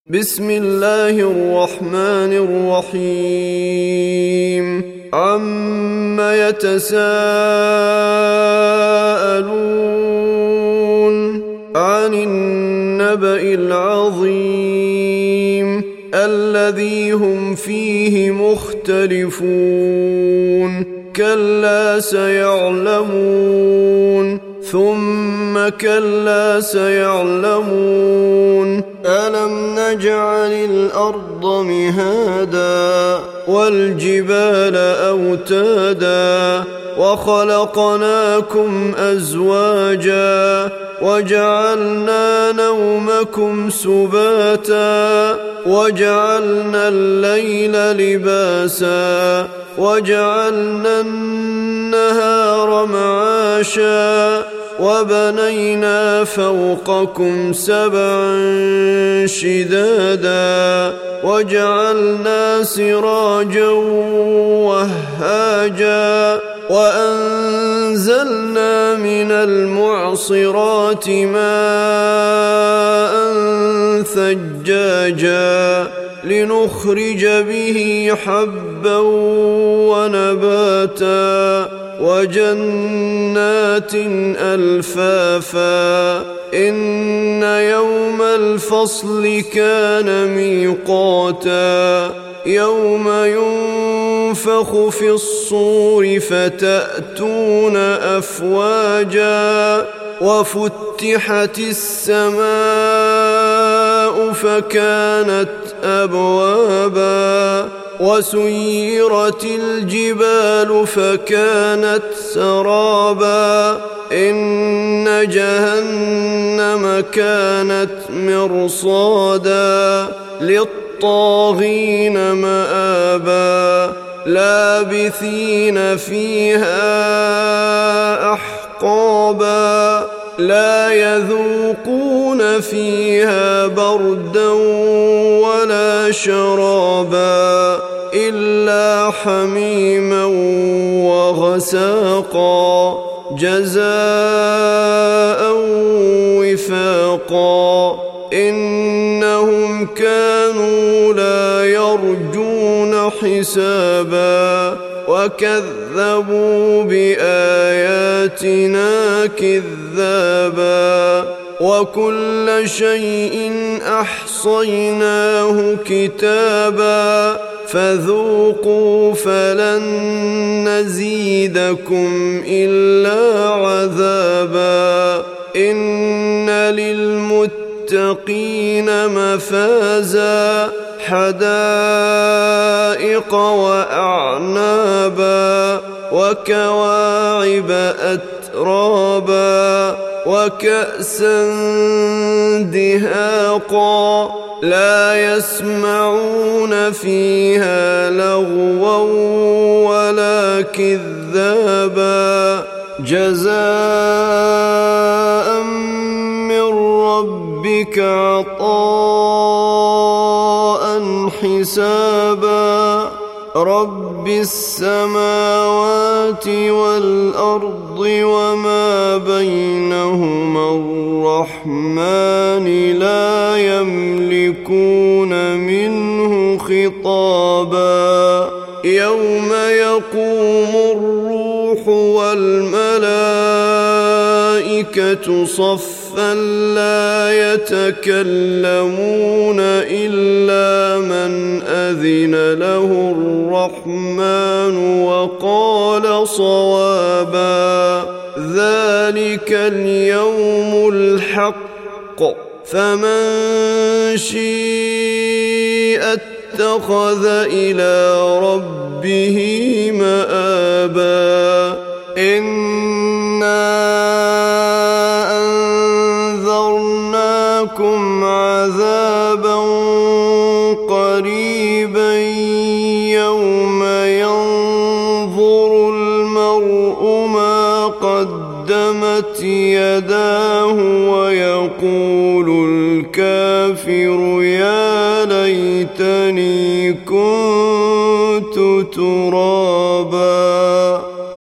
بسم الله الرحمن الرحيم عم يتساءلون عن النبأ العظيم الذي هم فيه مختلفون كلا سيعلمون ثم كلا سيعلمون ألم نجعل الأرض مهادا والجبال أوتادا وخلقناكم أزواجا وجعلنا نومكم سباتا وجعلنا الليل لباسا وجعلنا النهار معاشا وبنينا فوقكم سبعا شدادا وجعلنا سراجا وهاجا وأنزلنا من المعصرات ماء ثجاجا لنخرج به حبا ونباتا وجنات ألفافا إن يوم الفصل كان ميقاتا يوم ينفخ في الصور فتأتون أفواجا وفتحت السماء فكانت أبوابا وسيرت الجبال فكانت سرابا إن جهنم كانت مرصادا للطاغين مآبا لابثين فيها أحقابا لا يذوقون فيها بردا ولا شرابا إلا حميما وغساقا جزاء وفاقا إنهم كانوا لا يرجون حسابا وكذبوا بآياتنا كذابا وكل شيء أحصيناه كتابا فذوقوا فلن نزيدكم إلا عذابا إن للمتقين مفازا حدائق وأعنابا وكواعب أترابا وكأسا دهاقا لا يسمعون فيها لغوا ولا كذابا جزاء من ربك عطاء حسابا رب السماوات والأرض وما بينهما الرحمن لا يملكون منه خطابا يوم يقوم الروح والملائكة صفا لا يتكلمون إلا من أذن له الرحمن وقال صوابا ذلك اليوم الحق فمن شاء اتخذ إلى ربه مآبا إنا أنذرناكم عذابا قريبا يوم ينظر المرء ما قدمت يداه ويقول الكافر يا ليتني كنت ترابا